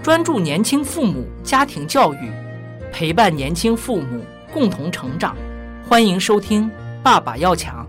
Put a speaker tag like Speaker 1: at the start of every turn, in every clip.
Speaker 1: 专注年轻父母家庭教育，陪伴年轻父母共同成长。欢迎收听《爸爸要强》。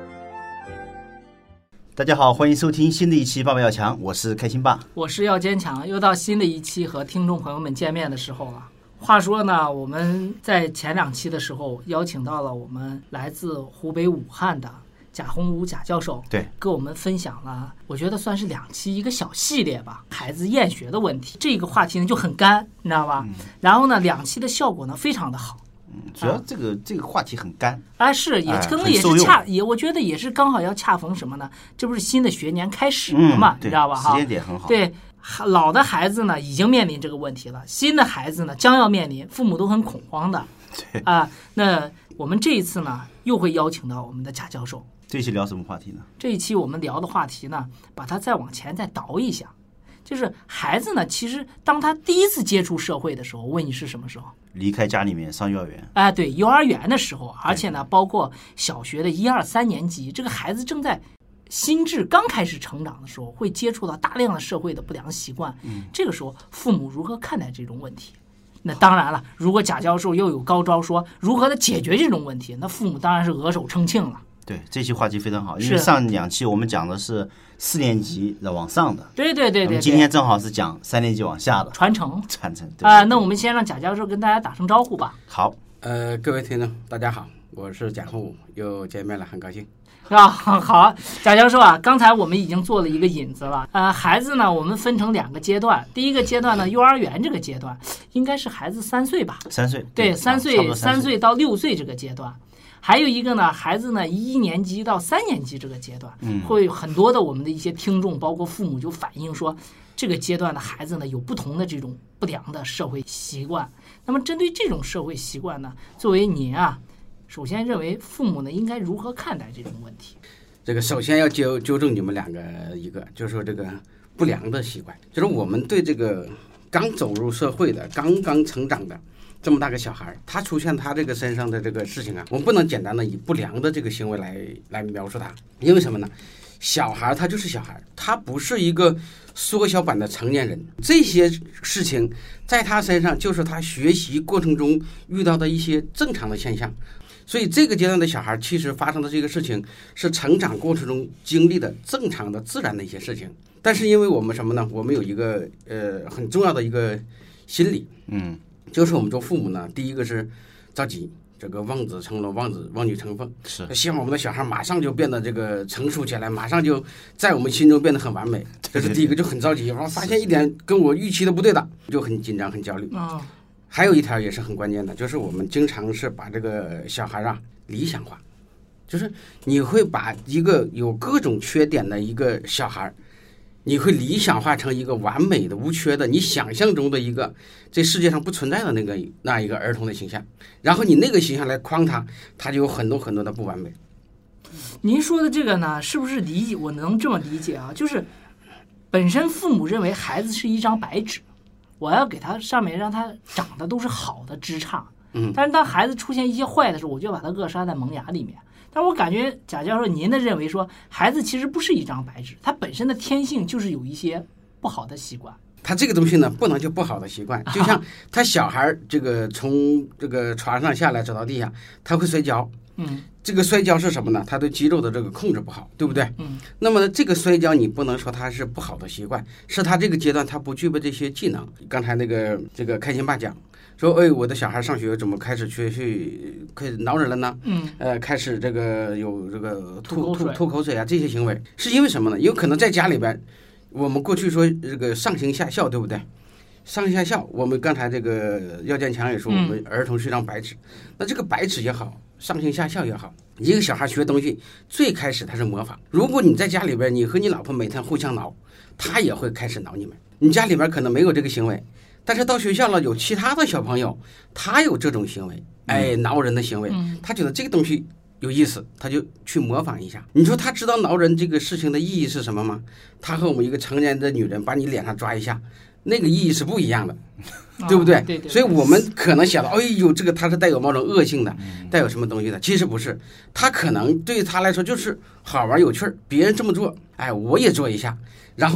Speaker 2: 大家好，欢迎收听新的一期《爸爸要强》，我是开心爸，
Speaker 1: 我是要坚强。又到新的一期和听众朋友们见面的时候了。话说呢，我们在前2期的时候邀请到了我们来自湖北武汉的贾宏武贾教授，
Speaker 2: 对，
Speaker 1: 跟我们分享了，我觉得算是2期一个小系列吧，孩子厌学的问题。这个话题呢就很干，你知道吧？然后呢，2期的效果呢非常的好。
Speaker 2: 主要这个话题很干
Speaker 1: 啊，是也可能也是我觉得也是刚好要恰逢什么呢？这不是新的学年开始了嘛，你知道吧？
Speaker 2: 时间点很好。
Speaker 1: 对，老的孩子呢已经面临这个问题了，新的孩子呢将要面临，父母都很恐慌的。
Speaker 2: 对
Speaker 1: 啊，那我们这一次呢又会邀请到我们的贾教授。
Speaker 2: 这一期聊什么话题呢？
Speaker 1: 这一期我们聊的话题呢，把它再往前再倒一下，就是孩子呢，其实当他第一次接触社会的时候，问你是什么时候？
Speaker 2: 离开家里面上幼儿园。
Speaker 1: 哎，对，幼儿园的时候，而且呢，包括小学的1、2、3年级，这个孩子正在心智刚开始成长的时候，会接触到大量的社会的不良习惯。这个时候，父母如何看待这种问题？那当然了，如果贾教授又有高招说如何的解决这种问题，那父母当然是额手称庆了。
Speaker 2: 对，这期话题非常好，因为上2期我们讲的是4年级的往上的，
Speaker 1: 对，
Speaker 2: 今天正好是讲3年级往下的
Speaker 1: 传承
Speaker 2: 啊。
Speaker 1: 那我们先让贾教授跟大家打声招呼吧。
Speaker 2: 好，
Speaker 3: 各位听众大家好，我是贾宏武，又见面了，很高兴。
Speaker 1: 好，贾教授啊，刚才我们已经做了一个引子了。孩子呢，我们分成2个阶段。第一个阶段呢，幼儿园这个阶段，应该是孩子3岁吧？3岁，对，3岁到6岁这个阶段。还有一个呢，孩子呢1年级到3年级这个阶段，会有很多的我们的一些听众，包括父母就反映说，这个阶段的孩子呢有不同的这种不良的社会习惯。那么针对这种社会习惯呢，作为您啊，首先认为父母呢应该如何看待这种问题？
Speaker 3: 这个首先要纠正你们2个，一个就是说这个不良的习惯，就是我们对这个刚走入社会的、刚刚成长的这么大个小孩，他出现他这个身上的这个事情啊，我们不能简单的以不良的这个行为来描述他，因为什么呢？小孩他就是小孩，他不是一个缩小版的成年人，这些事情在他身上就是他学习过程中遇到的一些正常的现象。所以这个阶段的小孩其实发生的这个事情是成长过程中经历的正常的自然的一些事情。但是因为我们什么呢？我们有一个很重要的一个心理，就是我们做父母呢，第一个是着急，这个望子成龙，望女成凤，是希望我们的小孩马上就变得这个成熟起来，马上就在我们心中变得很完美，这是第一个，就很着急，然后发现一点跟我预期的不对的，就很紧张很焦虑。还有一条也是很关键的，就是我们经常是把这个小孩啊理想化，就是你会把一个有各种缺点的一个小孩，你会理想化成一个完美的无缺的你想象中的一个这世界上不存在的那一个儿童的形象，然后你那个形象来框他就有很多很多的不完美。
Speaker 1: 您说的这个呢，是不是理解？我能这么理解啊，就是本身父母认为孩子是一张白纸，我要给他上面让他长的都是好的枝杈，但是当孩子出现一些坏的时候，我就把他扼杀在萌芽里面。但我感觉贾教授您的认为说，孩子其实不是一张白纸，他本身的天性就是有一些不好的习惯。
Speaker 3: 他这个东西呢，不能就不好的习惯，就像他小孩这个从这个床上下来走到地下，他会摔跤。这个摔跤是什么呢？他对肌肉的这个控制不好，对不对？那么这个摔跤你不能说他是不好的习惯，是他这个阶段他不具备这些技能。刚才这个开心爸讲说，我的小孩上学怎么开始开始挠人了呢？开始这个有这个吐口水啊，这些行为是因为什么呢？有可能在家里边，我们过去说这个上行下效，对不对？上行下效，我们刚才这个要建强也说，我们儿童是一张白纸，那这个白纸也好，上行下效也好，一个小孩学东西最开始他是模仿。如果你在家里边，你和你老婆每天互相挠，他也会开始挠你们。你家里边可能没有这个行为，但是到学校了，有其他的小朋友他有这种行为，挠人的行为，他觉得这个东西有意思，他就去模仿一下。你说他知道挠人这个事情的意义是什么吗？他和我们一个成年的女人把你脸上抓一下，那个意义是不一样的，对不对？
Speaker 1: 对。
Speaker 3: 所以我们可能想到，这个他是带有某种恶性的，带有什么东西的，其实不是，他可能对他来说就是好玩有趣儿，别人这么做，我也做一下，然后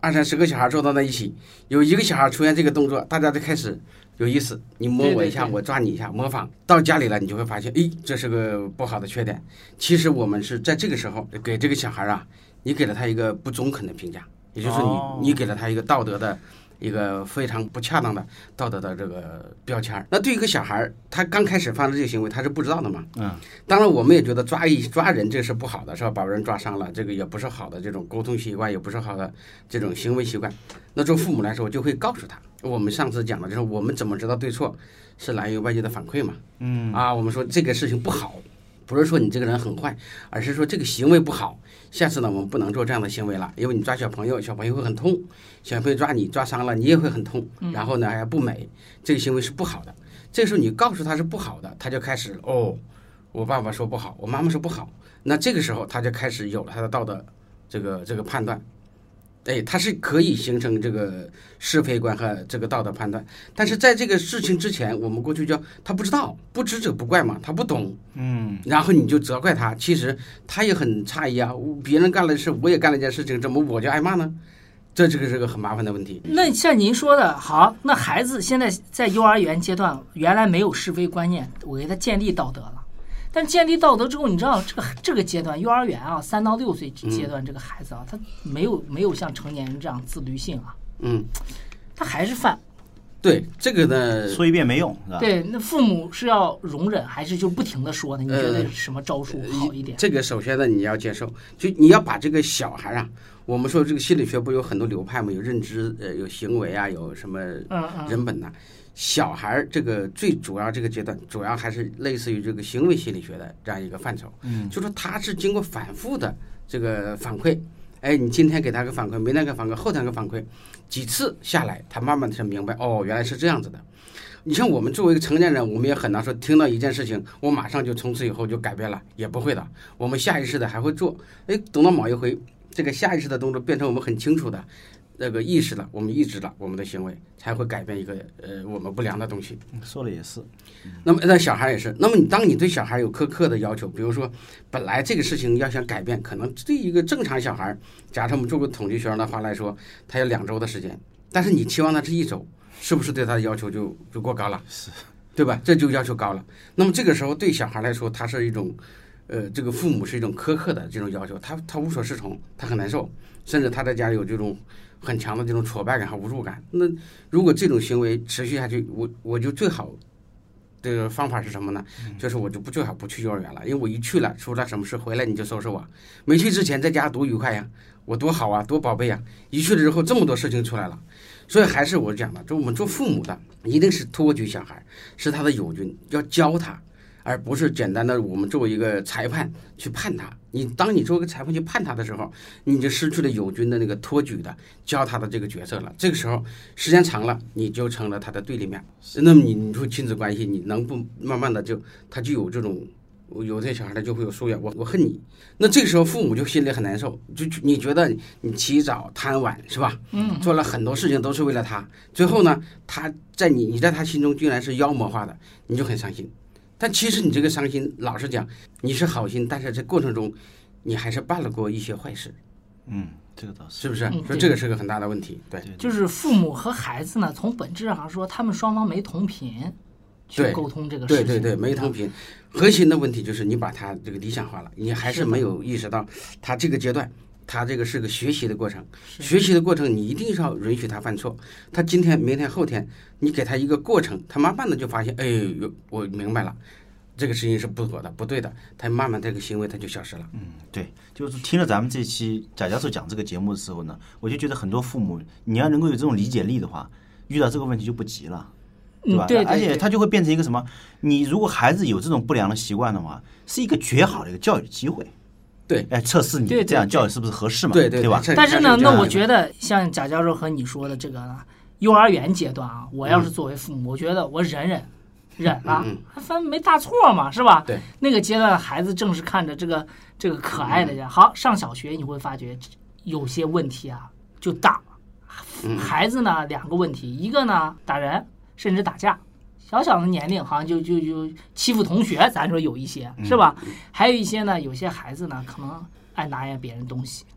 Speaker 3: 20-30个小孩坐到那一起，有一个小孩出现这个动作，大家就开始有意思，你摸我一下，我抓你一下，模仿。到家里了，你就会发现，这是个不好的缺点。其实我们是在这个时候给这个小孩啊，你给了他一个不中肯的评价，也就是你给了他一个道德的一个非常不恰当的道德的这个标签。那对于一个小孩，他刚开始发生这个行为，他是不知道的嘛。当然我们也觉得抓人这是不好的，是吧？把人抓伤了，这个也不是好的这种沟通习惯，也不是好的这种行为习惯。那做父母来说，我就会告诉他，我们上次讲的就是我们怎么知道对错，是来源于外界的反馈嘛。我们说这个事情不好，不是说你这个人很坏，而是说这个行为不好。下次呢，我们不能做这样的行为了，因为你抓小朋友，小朋友会很痛，小朋友抓你抓伤了，你也会很痛，然后呢还不美，这个行为是不好的。这个时候你告诉他是不好的，他就开始我爸爸说不好，我妈妈说不好，那这个时候他就开始有了他的道德这个判断。他是可以形成这个是非观和这个道德判断，但是在这个事情之前，我们过去叫他不知道，不知者不怪嘛，他不懂，然后你就责怪他，其实他也很诧异啊，别人干了事，我也干了一件事情，怎么我就挨骂呢？这个是个很麻烦的问题。
Speaker 1: 那像您说的，好，那孩子现在在幼儿园阶段，原来没有是非观念，我给他建立道德了。但建立道德之后，你知道这个阶段，幼儿园啊，3到6岁阶段，这个孩子啊，他没有像成年人这样自律性啊，他还是犯。
Speaker 3: 对这个呢，
Speaker 2: 说一遍没用，是吧？
Speaker 1: 对，那父母是要容忍，还是就不停的说呢？你觉得什么招数好一点？
Speaker 3: 这个首先呢，你要接受，就你要把这个小孩啊，我们说这个心理学不有很多流派吗？有认知，有行为啊，有什么人本呐。小孩这个最主要这个阶段，主要还是类似于这个行为心理学的这样一个范畴。就说他是经过反复的这个反馈，你今天给他个反馈，明天个反馈，后天个反馈，几次下来，他慢慢的才明白，原来是这样子的。你像我们作为一个成年人，我们也很难说听到一件事情，我马上就从此以后就改变了，也不会的。我们下意识的还会做，等到某一回，这个下意识的动作变成我们很清楚的那个意识了，我们意识了，我们的行为才会改变一个我们不良的东西。
Speaker 2: 说的也是。
Speaker 3: 那么那小孩也是。那么当你对小孩有苛刻的要求，比如说本来这个事情要想改变，可能对一个正常小孩，假设我们做过统计学生的话来说，他有2周的时间，但是你期望他是1周，是不是对他的要求就过高了？
Speaker 2: 是，
Speaker 3: 对吧？这就要求高了。那么这个时候对小孩来说，他是一种这个父母是一种苛刻的这种要求，他无所适从，他很难受，甚至他在家里有这种很强的这种挫败感和无助感。那如果这种行为持续下去，我就最好这个方法是什么呢？就是我就最好不去幼儿园了，因为我一去了，出了什么事回来你就收拾我。没去之前在家多愉快呀，我多好啊，多宝贝呀！一去了之后这么多事情出来了，所以还是我讲的，就我们做父母的一定是托举小孩，是他的友军，要教他。而不是简单的我们作为一个裁判去判他。当你作为一个裁判去判他的时候，你就失去了友军的那个托举的教他的这个角色了。这个时候时间长了，你就成了他的对立面。那么你说亲子关系，你能不慢慢的他就有这种，有这小孩他就会有疏远，我恨你。那这个时候父母就心里很难受，就你觉得你起早贪晚是吧？做了很多事情都是为了他，最后呢，他在你在他心中竟然是妖魔化的，你就很伤心。但其实你这个伤心，老实讲，你是好心，但是这过程中，你还是办了过一些坏事。
Speaker 2: 这个倒是，
Speaker 3: 是不是？说这个是个很大的问题。对，
Speaker 1: 就是父母和孩子呢，从本质上说，他们双方没同频去沟通这个事情。
Speaker 3: 对，没同频。核心的问题就是你把他这个理想化了，你还是没有意识到他这个阶段。他这个是个学习的过程，学习的过程你一定是要允许他犯错。他今天、明天、后天，你给他一个过程，他慢慢的就发现，我明白了，这个事情是不妥的、不对的，他慢慢这个行为他就消失了。
Speaker 2: 对，就是听了咱们这期贾教授讲这个节目的时候呢，我就觉得很多父母，你要能够有这种理解力的话，遇到这个问题就不急了。对吧？
Speaker 1: 对，
Speaker 2: 而且他就会变成一个什么？你如果孩子有这种不良的习惯的话，是一个绝好的一个教育机会。
Speaker 3: 对，
Speaker 2: 测试你这样教育是不是合适嘛？
Speaker 3: 对
Speaker 2: 吧？
Speaker 1: 但是呢，那我觉得像贾教授和你说的这个幼儿园阶段啊，我要是作为父母，我觉得我忍了，反正没大错嘛，是吧？
Speaker 3: 对，
Speaker 1: 那个阶段孩子正是看着这个可爱的好，上小学你会发觉有些问题啊就大了。孩子呢2个问题，一个呢打人，甚至打架。小的年龄好像就欺负同学，咱说有一些是吧？还有一些呢，有些孩子呢可能爱拿别人东西，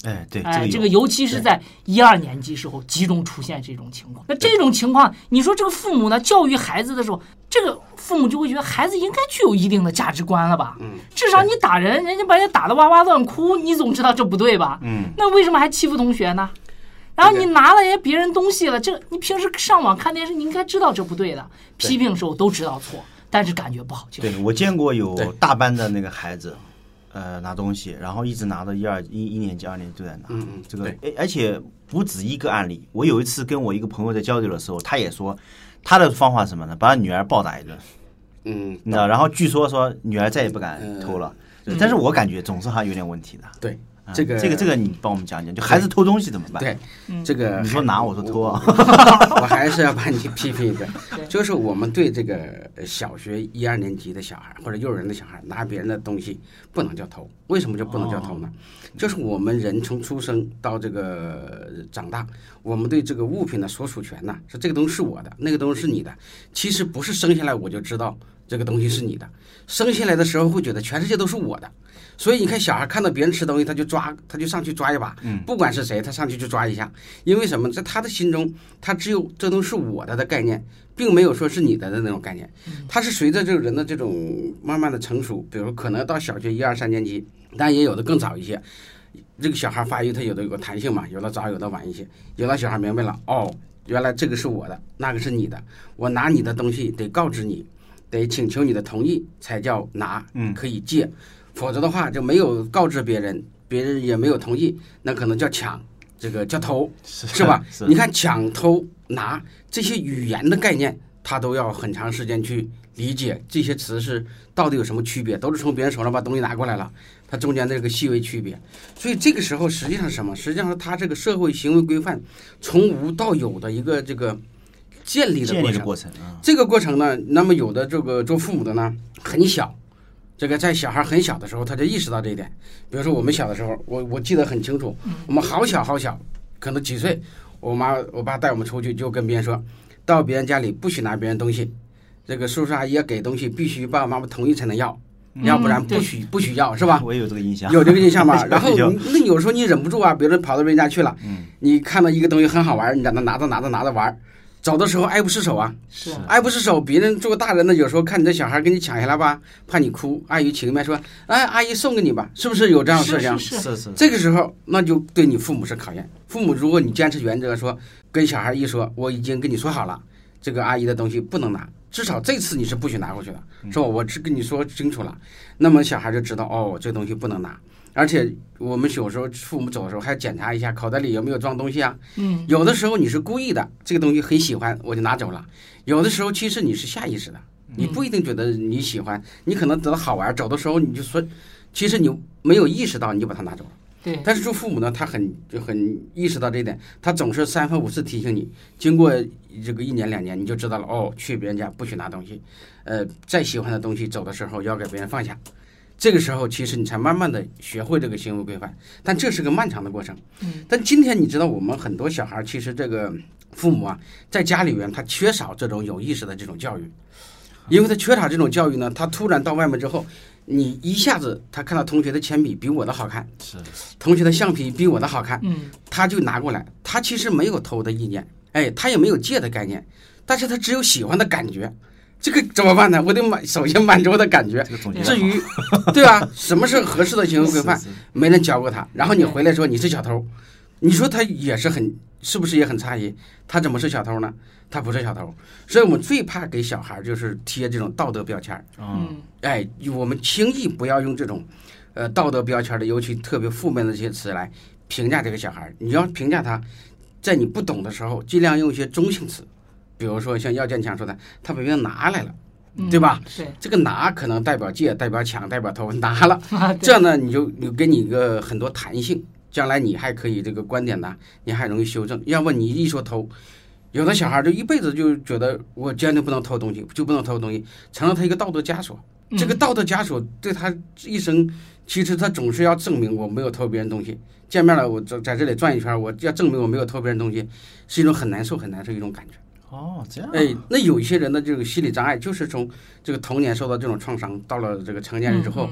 Speaker 2: 对，
Speaker 1: 这个尤其是在1、2年级时候集中出现这种情况。那这种情况，你说这个父母呢教育孩子的时候，这个父母就会觉得孩子应该具有一定的价值观了吧？至少你打人，人家把你打得哇哇乱哭，你总知道这不对吧？那为什么还欺负同学呢？然后你拿了人家别人东西了，这你平时上网看电视，你应该知道这不对的。批评的时候都知道错，但是感觉不好。
Speaker 2: 对，我见过有大班的那个孩子。拿东西，然后一直拿到一年级、2年级都在拿。这个而且不止一个案例。我有一次跟我一个朋友在交流的时候，他也说他的方法是什么呢？把他女儿暴打一顿。你知道，然后据说女儿再也不敢偷了。但是我感觉总是还有点问题的。
Speaker 3: 对。
Speaker 2: 这个你帮我们讲讲，就孩子偷东西怎么办？
Speaker 3: 对，这个
Speaker 2: 你说拿，我说偷啊。
Speaker 3: 我还是要把你批评一个，就是我们对这个小学1、2年级的小孩或者幼儿园的小孩拿别人的东西不能叫偷。为什么就不能叫偷呢？就是我们人从出生到这个长大，我们对这个物品的所属权呢，是这个东西是我的，那个东西是你的。其实不是生下来我就知道这个东西是你的，生下来的时候会觉得全世界都是我的。所以你看，小孩看到别人吃东西，他就上去抓一把，不管是谁，他上去就抓一下。因为什么？在他的心中，他只有这东西是我的概念，并没有说是你的那种概念。他是随着这个人的这种慢慢的成熟，比如可能到小学1、2、3年级，但也有的更早一些。这个小孩发育，他有个弹性嘛，有的早，有的晚一些。有的小孩明白了，原来这个是我的，那个是你的，我拿你的东西得告知你，得请求你的同意才叫拿，可以借。否则的话就没有告知别人，别人也没有同意，那可能叫抢，这个叫偷，是吧？你看抢、偷、拿这些语言的概念，他都要很长时间去理解这些词是到底有什么区别，都是从别人手上把东西拿过来了，它中间这个细微区别。所以这个时候实际上是什么？实际上是他这个社会行为规范从无到有的一个这个建立的过程。这个过程呢，那么有的这个做父母的呢很小。这个在小孩很小的时候，他就意识到这一点。比如说我们小的时候，我记得很清楚，我们好小，可能几岁，我爸带我们出去，就跟别人说，到别人家里不许拿别人东西，这个叔叔阿姨要给东西，必须爸爸妈妈同意才能要，要不然不许要，是吧？
Speaker 2: 我也有这个印象，
Speaker 3: 有这个印象吧？然后那有时候你忍不住啊，比如说跑到别人家去了，你看到一个东西很好玩，你让他拿着玩。走的时候爱不释手啊，爱不释手。别人做个大人的，有时候看你这小孩给你抢下来吧，怕你哭，碍于情面说，哎，阿姨送给你吧，是不是有这样的事情？
Speaker 2: 是。
Speaker 3: 这个时候那就对你父母是考验。父母如果你坚持原则说，跟小孩一说，我已经跟你说好了，这个阿姨的东西不能拿，至少这次你是不许拿回去的，说我只跟你说清楚了，那么小孩就知道这东西不能拿。而且我们有时候父母走的时候还要检查一下口袋里有没有装东西啊。有的时候你是故意的，这个东西很喜欢我就拿走了。有的时候其实你是下意识的，你不一定觉得你喜欢，你可能觉得好玩，走的时候你就说，其实你没有意识到你就把它拿走了。
Speaker 1: 对。
Speaker 3: 但是做父母呢，他很意识到这一点，他总是3分5次提醒你。经过这个1年2年，你就知道了，去别人家不许拿东西，再喜欢的东西走的时候要给别人放下。这个时候其实你才慢慢的学会这个行为规范，但这是个漫长的过程。但今天你知道我们很多小孩其实这个父母啊，在家里面他缺少这种有意识的这种教育，因为他缺少这种教育呢，他突然到外面之后，你一下子他看到同学的铅笔比我的好看，同学的橡皮比我的好看，他就拿过来，他其实没有偷的意念，他也没有借的概念，但是他只有喜欢的感觉。这个怎么办呢？我得首先满足我的感觉。至于，对吧？什么是合适的行为规范？没人教过他。然后你回来说你是小偷，你说他也是是不是也很诧异？他怎么是小偷呢？他不是小偷。所以我们最怕给小孩就是贴这种道德标签。我们轻易不要用这种道德标签的，尤其特别负面的这些词来评价这个小孩。你要评价他，在你不懂的时候，尽量用一些中性词。比如说像姚建强说的，他把别人拿来了，对吧？
Speaker 1: 对，
Speaker 3: 这个拿可能代表借、代表抢、代表偷，拿了，这样呢，你给你一个很多弹性，将来你还可以这个观点呢，你还容易修正。要不你一说偷，有的小孩就一辈子就觉得我坚决不能偷东西，就不能偷东西，成了他一个道德枷锁。这个道德枷锁对他一生，其实他总是要证明我没有偷别人东西。见面了，我在这里转一圈，我要证明我没有偷别人东西，是一种很难受一种感觉。
Speaker 2: 这样。
Speaker 3: 那有一些人的这个心理障碍，就是从这个童年受到这种创伤，到了这个成年人之后，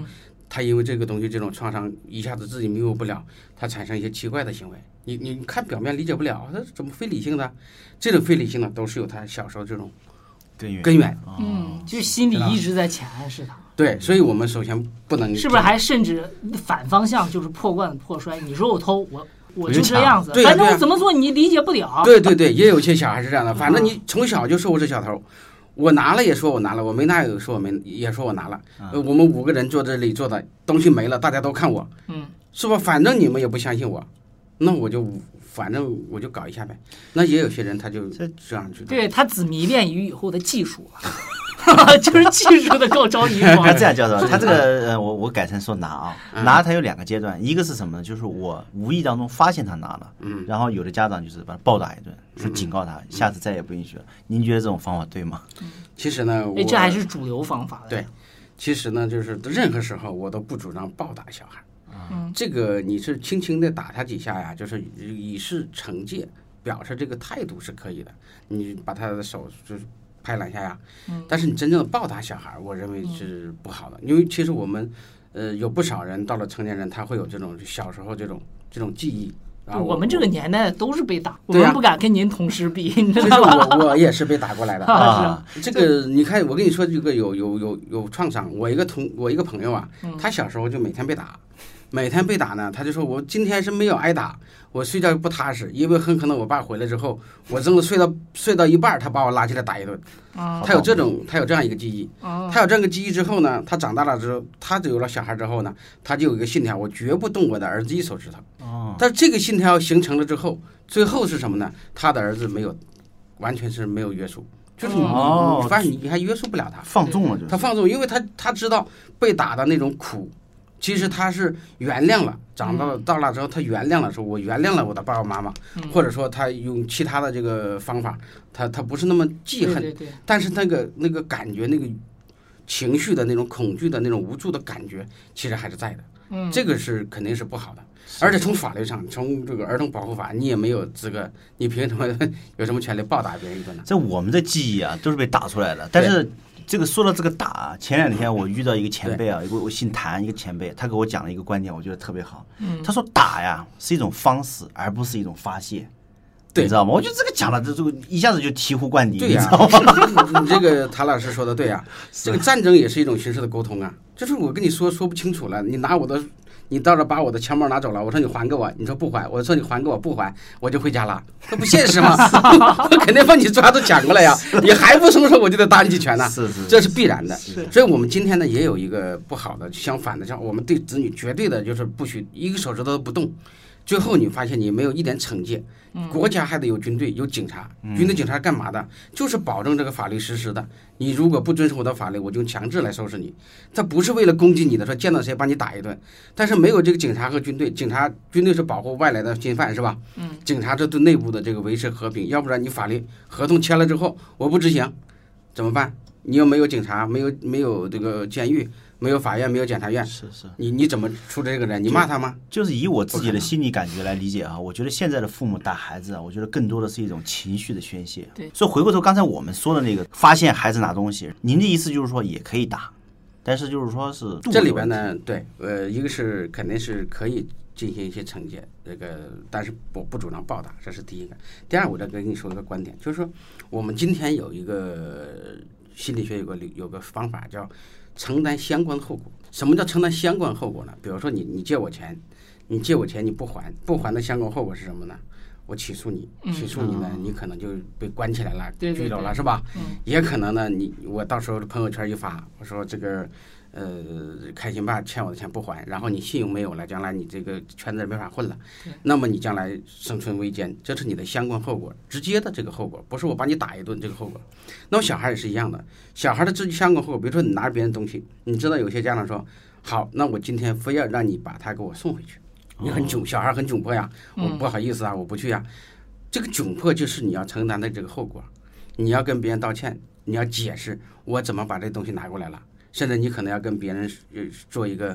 Speaker 3: 他因为这个东西这种创伤一下子自己弥补不了，他产生一些奇怪的行为。你看表面理解不了，他怎么非理性的？这种非理性的都是有他小时候这种根源。
Speaker 1: 就是心里一直在潜暗示他。
Speaker 3: 对，所以我们首先不能，
Speaker 1: 是不是还甚至反方向，就是破罐子破摔？你说我偷我就这样子，反正我怎么做你理解不了。
Speaker 3: 对，也有些小孩是这样的，反正你从小就说我是小偷。我拿了也说我拿了，我没拿也说我拿了。我们5个人坐这里坐的东西没了，大家都看我，是吧？反正你们也不相信我，那我就搞一下呗。那也有些人他就这样去。
Speaker 1: 对，他只迷恋于以后的技术了，就是技术的高超一方。
Speaker 2: 他这样教授，他这个我改成说拿他有2个阶段，一个是什么呢？就是我无意当中发现他拿了，然后有的家长就是把他暴打一顿，说警告他，下次再也不允许了。您觉得这种方法对吗？
Speaker 3: 其实呢，
Speaker 1: 这还是主流方法。
Speaker 3: 对，其实呢，就是任何时候我都不主张暴打小孩。这个你是轻轻的打他几下呀，就是以示惩戒，表示这个态度是可以的。你把他的手就是拍2下呀，但是你真正的暴打小孩，我认为是不好的。因为其实我们有不少人到了成年人，他会有这种小时候这种记忆。
Speaker 1: 我们这个年代都是被打，我们不敢跟您同时比，你知
Speaker 3: 道
Speaker 1: 吧？
Speaker 3: 我也是被打过来的。这个你看，我跟你说，这个有创伤。我一个朋友啊，他小时候就每天被打。每天被打呢，他就说我今天是没有挨打，我睡觉不踏实，因为很可能我爸回来之后，我正睡到一半，他把我拉起来打一顿。他有这样一个记忆。他有这样一个记忆之后呢，他长大了之后，他有了小孩之后呢，他就有一个信条，我绝不动我的儿子一手指头。但这个信条形成了之后，最后是什么呢？他的儿子完全是没有约束。就是你发现你还约束不了他，
Speaker 2: 放纵了，
Speaker 3: 他放纵，因为他知道被打的那种苦。其实他是原谅了，长到了之后，他原谅了，说我原谅了我的爸爸妈妈，或者说他用其他的这个方法，他不是那么记恨，
Speaker 1: 对，
Speaker 3: 但是那个感觉，那个情绪的那种恐惧的那种无助的感觉，其实还是在的。这个是肯定是不好的。而且从法律上，从这个儿童保护法，你也没有资格，你凭什么有什么权利暴打别人一顿呢？
Speaker 2: 这我们的记忆啊，都是被打出来的，但是。这个说到这个打，前2天我遇到一个前辈啊，我姓谭，一个前辈，他给我讲了一个观点，我觉得特别好。他说打呀是一种方式，而不是一种发泄，你知道吗？我觉得这个讲了，这个一下子就醍醐灌顶，你知道吗？
Speaker 3: 你这个谭老师说的对呀，这个战争也是一种形式的沟通啊，就是我跟你说不清楚了，你到这把我的枪包拿走了，我说你还给我，你说不还，我说你还给我不还，我就回家了，这不现实吗？我肯定把你抓住抢过来呀，你还不松手，我就得打你几拳呢，这是必然的。所以我们今天呢也有一个不好的，相反的，像我们对子女绝对的就是不许一个手指头都不动，最后你发现你没有一点惩戒。国家还得有军队有警察，军队警察干嘛的？就是保证这个法律实施的。你如果不遵守我的法律，我就强制来收拾你。他不是为了攻击你的，说见到谁把你打一顿。但是没有这个警察和军队，军队是保护外来的侵犯，是吧？警察这对内部的这个维持和平，要不然你法律合同签了之后我不执行怎么办？你又没有警察，没有这个监狱，没有法院，没有检察院，
Speaker 2: 是
Speaker 3: 你怎么处理这个人？你骂他吗？
Speaker 2: 就是以我自己的心理感觉来理解啊，我觉得现在的父母打孩子啊，我觉得更多的是一种情绪的宣泄。
Speaker 1: 对，
Speaker 2: 所以回过头刚才我们说的那个发现孩子拿东西，您的意思就是说也可以打，但是就是说是
Speaker 3: 这里边呢，对，一个是肯定是可以进行一些惩戒，这个但是我不主张暴打，这是第一个。第二，我再跟你说一个观点，就是说我们今天有一个心理学有个方法叫承担相关后果。什么叫承担相关后果呢？比如说你借我钱，你不还的相关后果是什么呢？我起诉你，呢，你可能就被关起来了，拘留了，是吧？也可能呢，我到时候朋友圈一发，我说这个开心爸欠我的钱不还，然后你信用没有了，将来你这个圈子没法混了，那么你将来生存危艰，这是你的相关后果，直接的这个后果，不是我把你打一顿这个后果。那么小孩也是一样的，小孩的直接相关后果，比如说你拿着别人东西，你知道有些家长说，好，那我今天非要让你把它给我送回去。你很窘，小孩很窘迫呀，我不好意思啊，我不去呀。这个窘迫就是你要承担的这个后果，你要跟别人道歉，你要解释我怎么把这东西拿过来了，甚至你可能要跟别人做一个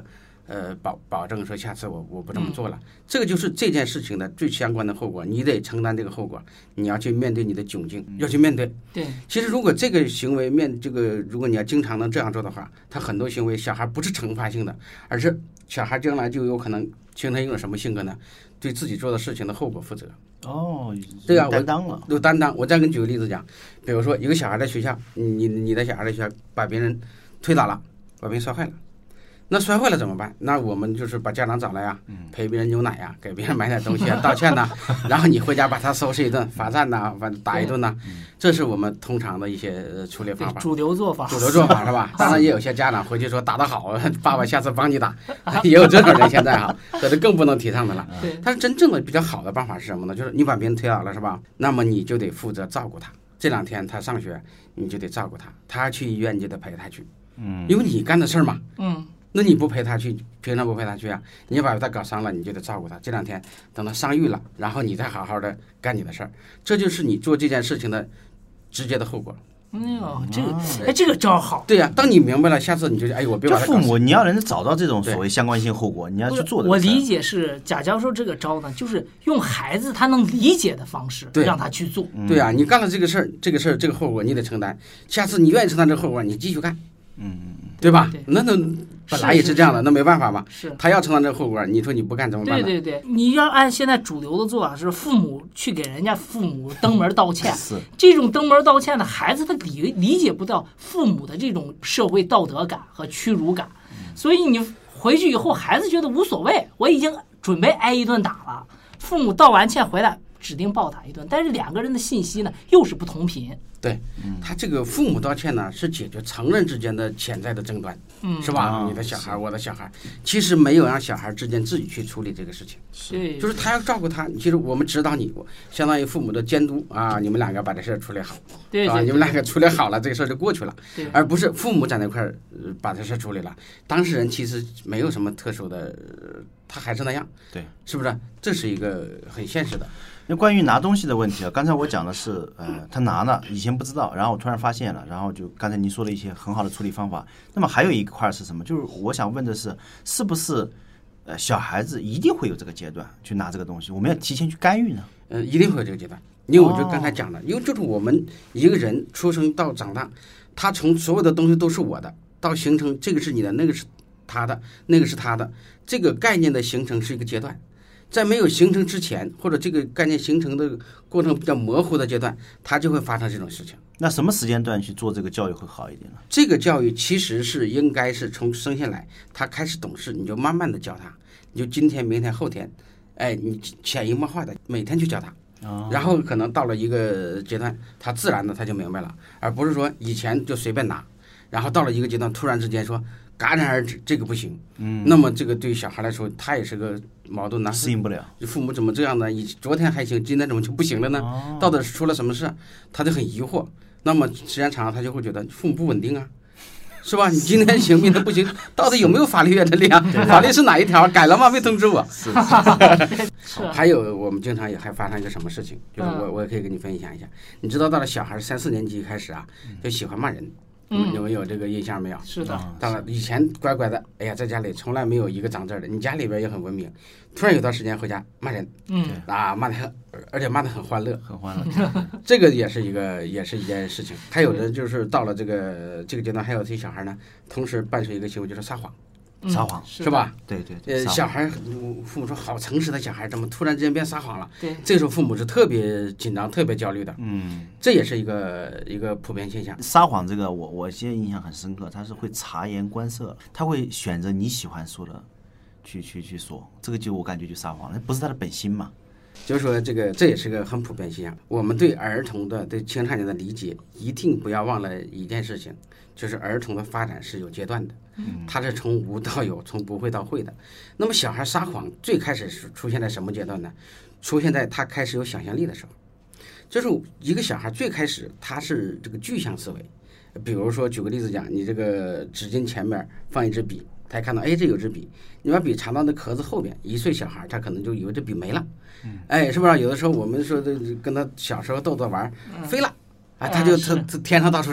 Speaker 3: 保证说下次我不这么做了。这个就是这件事情的最相关的后果，你得承担这个后果，你要去面对你的窘境，要去面对。
Speaker 1: 对，
Speaker 3: 其实如果这个行为如果你要经常能这样做的话，他很多行为小孩不是惩罚性的，而是小孩将来就有可能形成一种什么性格呢？对自己做的事情的后果负责。对啊，
Speaker 2: 担当了，
Speaker 3: 有担当。我再给你举个例子讲，比如说一个小孩在学校，你的小孩在学校把别人推倒了，把别人摔坏了。那摔坏了怎么办？那我们就是把家长找来呀，陪别人牛奶呀，给别人买点东西啊，道歉呐，然后你回家把他收拾一顿，罚站呐，打一顿呐，这是我们通常的一些处理方法，
Speaker 1: 主流做法
Speaker 3: 是吧？当然也有些家长回去说打得好，爸爸下次帮你打，也有这种人现在哈，这就更不能提倡的了。但是真正的比较好的办法是什么呢？就是你把别人推倒了是吧？那么你就得负责照顾他，这2天他上学你就得照顾他，他去医院你就得陪他去，因为你干的事儿嘛，那你不陪他去，凭什么不陪他去啊？你把他搞伤了，你就得照顾他。这2天等他伤愈了，然后你再好好的干你的事儿，这就是你做这件事情的直接的后果。
Speaker 1: 这个招好。
Speaker 3: 对呀，当你明白了，下次你就我别把他搞伤。
Speaker 2: 父母你要能找到这种所谓相关性后果，你要去做的。
Speaker 1: 我理解是贾教授这个招呢，就是用孩子他能理解的方式让他去做。
Speaker 3: 对啊，你干了这个事儿，这个后果你得承担。下次你愿意承担这个后果，你继续干。对吧？那本来也是这样的，那没办法嘛。
Speaker 1: 是
Speaker 3: 他要承担这个后果，你说你不干怎么办呢？
Speaker 1: 对，你要按现在主流的做法是父母去给人家父母登门道歉，
Speaker 2: 是
Speaker 1: 这种登门道歉的孩子他理解不到父母的这种社会道德感和屈辱感，所以你回去以后孩子觉得无所谓，我已经准备挨一顿打了，父母道完歉回来指定暴打一顿，但是2个人的信息呢又是不同频。
Speaker 3: 对，他这个父母道歉呢，是解决成人之间的潜在的争端，是吧？你的小孩，我的小孩，其实没有让小孩之间自己去处理这个事情，就是他要照顾他。其实我们指导你，相当于父母的监督啊，你们2个把这事处理好，
Speaker 1: 对，
Speaker 3: 你们2个处理好了，这个事就过去了，而不是父母在那块把这事处理了，当事人其实没有什么特殊的，他还是那样，
Speaker 2: 对，
Speaker 3: 是不是？这是一个很现实的。
Speaker 2: 那关于拿东西的问题啊，刚才我讲的是，他拿了，以前不知道，然后我突然发现了，然后就刚才您说了一些很好的处理方法。那么还有一块是什么？就是我想问的是，是不是小孩子一定会有这个阶段去拿这个东西？我们要提前去干预呢？
Speaker 3: 一定会有这个阶段，因为我就刚才讲的，因为就是我们一个人出生到长大，他从所有的东西都是我的，到形成这个是你的，那个是他的，那个是他的，这个概念的形成是一个阶段。在没有形成之前，或者这个概念形成的过程比较模糊的阶段，它就会发生这种事情。
Speaker 2: 那什么时间段去做这个教育会好一点呢？
Speaker 3: 这个教育其实是应该是从生下来，他开始懂事，你就慢慢的教他，你就今天、明天、后天，你潜移默化的每天去教他，然后可能到了一个阶段，他自然的他就明白了，而不是说以前就随便拿，然后到了一个阶段突然之间说戛然而止，这个不行。那么这个对小孩来说，他也是个矛盾呢，
Speaker 2: 适应不了。
Speaker 3: 父母怎么这样呢？昨天还行，今天怎么就不行了呢？到底是出了什么事？他就很疑惑。那么时间长了，他就会觉得父母不稳定啊，是吧？你今天行，明天不行，到底有没有法律约定啊？法律是哪一条？改了吗？没通知我。
Speaker 2: 是。
Speaker 3: 还有我们经常也还发生一个什么事情，就是我也可以跟你分享一下。你知道，到了小孩3、4年级开始啊，就喜欢骂人。你们有这个印象没有？
Speaker 1: 是的。
Speaker 3: 当然，以前乖乖的，在家里从来没有一个长字的，你家里边也很文明。突然有段时间回家骂人，骂得而且骂得很欢乐，这个也是一件事情。还有的就是到了这个阶段，还有这些小孩呢，同时伴随一个行为就是撒谎。
Speaker 2: 撒谎
Speaker 3: 是吧？
Speaker 2: 对，
Speaker 3: 小孩父母说好诚实的小孩，怎么突然之间变撒谎了？
Speaker 1: 对，
Speaker 3: 这个时候父母是特别紧张、特别焦虑的。这也是一个普遍现象。
Speaker 2: 撒谎这个，我现在印象很深刻，他是会察言观色，他会选择你喜欢说的去说，这个就我感觉就撒谎了，不是他的本心嘛。
Speaker 3: 就是说这也是个很普遍现象。我们对儿童的、对青少年的理解，一定不要忘了一件事情，就是儿童的发展是有阶段的，他是从无到有，从不会到会的。那么小孩撒谎最开始是出现在什么阶段呢？出现在他开始有想象力的时候。就是一个小孩最开始他是这个具象思维，比如说举个例子讲，你这个纸巾前面放一支笔，他看到这有支笔，你把笔藏到那壳子后边，1岁小孩他可能就以为这笔没了，是不是？有的时候我们说跟他小时候逗玩飞了，他天上到处找，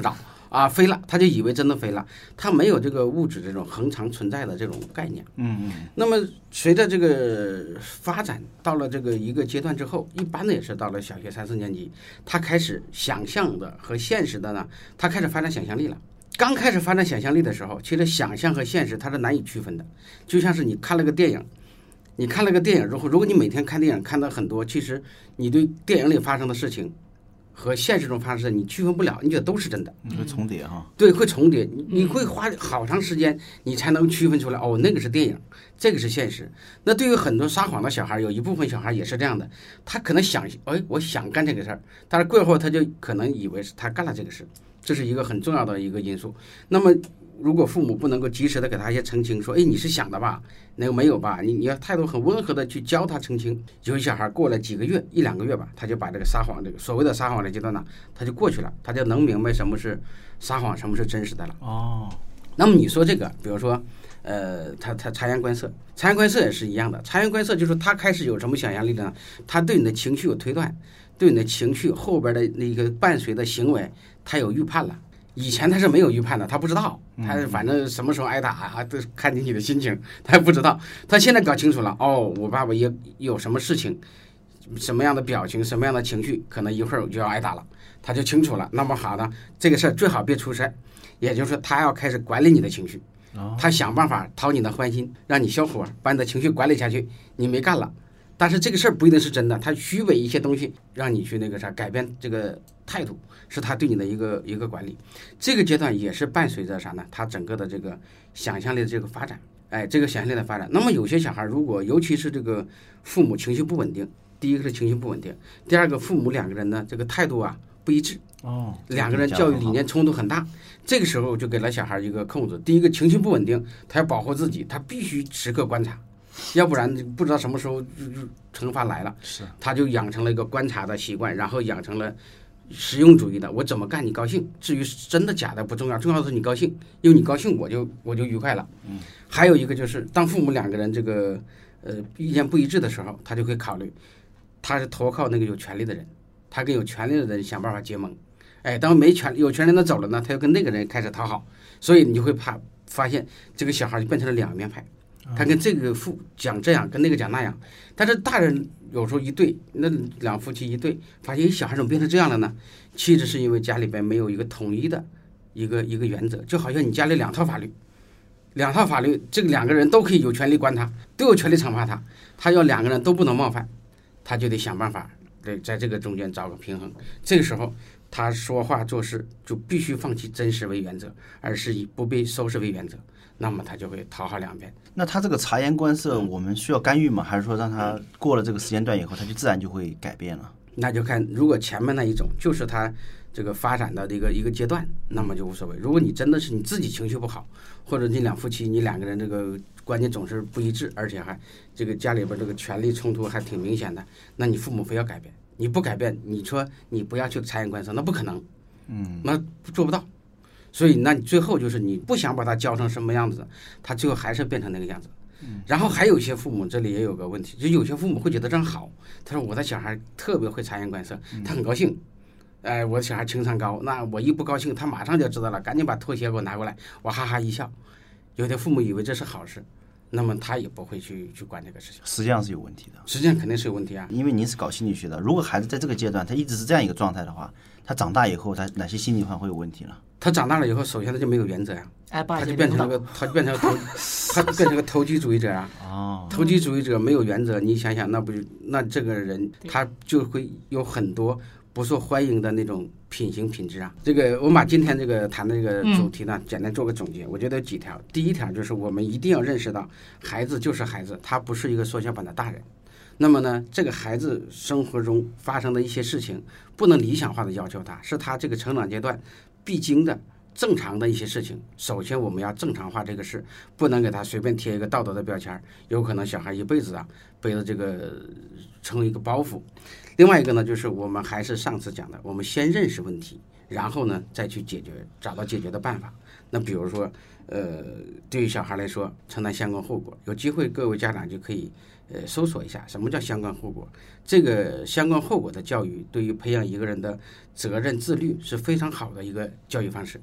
Speaker 3: 啊，飞了，他就以为真的飞了，他没有这个物质这种恒常存在的这种概念。那么随着这个发展到了这个一个阶段之后，一般的也是到了小学3、4年级，他开始想象的和现实的呢，他开始发展想象力了。刚开始发展想象力的时候，其实想象和现实它是难以区分的，就像是你看了个电影。如果你每天看电影看到很多，其实你对电影里发生的事情和现实中发生的你区分不了，你觉得都是真的，
Speaker 2: 会重叠哈。
Speaker 3: 对，会重叠，你会花好长时间你才能区分出来，哦，那个是电影，这个是现实。那对于很多撒谎的小孩，有一部分小孩也是这样的，他可能想，我想干这个事儿，但是过后他就可能以为是他干了这个事，这是一个很重要的一个因素。那么如果父母不能够及时的给他一些澄清，说，你是想的吧，那个没有吧，你要态度很温和的去教他澄清。有些小孩过了几个月，1、2个月吧，他就把这个撒谎，这个所谓的撒谎的阶段呢，他就过去了，他就能明白什么是撒谎，什么是真实的了。那么你说这个，比如说，他察言观色也是一样的。察言观色就是他开始有什么想象力呢？他对你的情绪有推断，对你的情绪后边的那个伴随的行为，他有预判了。以前他是没有预判的，他不知道，他反正什么时候挨打啊，都看你的心情，他也不知道。他现在搞清楚了，我爸爸也有什么事情，什么样的表情，什么样的情绪，可能一会儿就要挨打了，他就清楚了。那么好呢，这个事儿最好别出事，也就是说他要开始管理你的情绪，他想办法讨你的欢心，让你消火，把你的情绪管理下去，你没干了。但是这个事儿不一定是真的，他虚伪一些东西，让你去那个啥改变这个态度，是他对你的一个管理。这个阶段也是伴随着啥呢？他整个的这个想象力的这个发展，这个想象力的发展。那么有些小孩如果尤其是这个父母情绪不稳定，第一个是情绪不稳定，第二个父母2个人呢这个态度啊不一致，2个人教育理念冲突很大，这个时候就给了小孩一个控制。第一个情绪不稳定，他要保护自己，他必须时刻观察。要不然不知道什么时候惩罚来了，他就养成了一个观察的习惯，然后养成了实用主义的，我怎么干你高兴，至于真的假的不重要，重要的是你高兴，因为你高兴我就愉快了。还有一个就是当父母2个人这个意见不一致的时候，他就会考虑他是投靠那个有权利的人，他跟有权利的人想办法结盟。当有权利的走了呢，他又跟那个人开始讨好，所以你就会发现这个小孩就变成了2面派。他跟这个讲这样，跟那个讲那样，但是大人有时候一对，那2夫妻一对，发现小孩怎么变成这样了呢？其实是因为家里边没有一个统一的一个原则，就好像你家里2套法律，这个2个人都可以有权利管他，都有权利惩罚他，他要2个人都不能冒犯，他就得想办法在这个中间找个平衡。这个时候他说话做事就必须放弃真实为原则，而是以不被收拾为原则，那么他就会讨好2边。
Speaker 2: 那他这个察言观色，我们需要干预吗？还是说让他过了这个时间段以后，他就自然就会改变了？
Speaker 3: 那就看，如果前面那一种就是他这个发展的一个阶段，那么就无所谓。如果你真的是你自己情绪不好，或者你2夫妻你2个人这个观念总是不一致，而且还这个家里边这个权力冲突还挺明显的，那你父母非要改变，你不改变，你说你不要去察言观色，那不可能，那做不到。所以那你最后就是你不想把他教成什么样子，他最后还是变成那个样子。然后还有一些父母这里也有个问题，就有些父母会觉得这样好，他说我的小孩特别会察言观色，他很高兴，我的小孩情商高，那我一不高兴他马上就知道了，赶紧把拖鞋给我拿过来，我哈哈一笑。有的父母以为这是好事，那么他也不会去管这个事情，
Speaker 2: 实际上是有问题的。
Speaker 3: 实际上肯定是有问题啊，
Speaker 2: 因为您是搞心理学的，如果孩子在这个阶段他一直是这样一个状态的话，他长大以后他哪些心理上会有问题呢？
Speaker 3: 他长大了以后，首先他就没有原则呀，他就变成了个投机主义者啊。投机主义者没有原则，你想想，那这个人他就会有很多不受欢迎的那种品行品质啊。这个我们把今天这个谈的这个主题呢，简单做个总结。我觉得有几条。第一条就是我们一定要认识到，孩子就是孩子，他不是一个缩小版的大人。那么呢，这个孩子生活中发生的一些事情，不能理想化的要求他，是他这个成长阶段必经的正常的一些事情。首先我们要正常化这个事，不能给他随便贴一个道德的标签，有可能小孩一辈子背着这个成为一个包袱。另外一个呢，就是我们还是上次讲的，我们先认识问题，然后呢再去找到解决的办法。那比如说对于小孩来说，承担相关后果，有机会各位家长就可以搜索一下什么叫相关后果。这个相关后果的教育，对于培养一个人的责任自律是非常好的一个教育方式。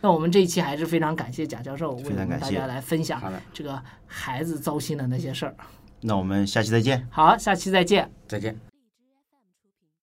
Speaker 1: 那我们这一期还是非常感谢贾教授为我们大家来分享这个孩子糟心的那些事儿。
Speaker 2: 那我们下期再见。
Speaker 1: 好，下期再见。
Speaker 3: 再见。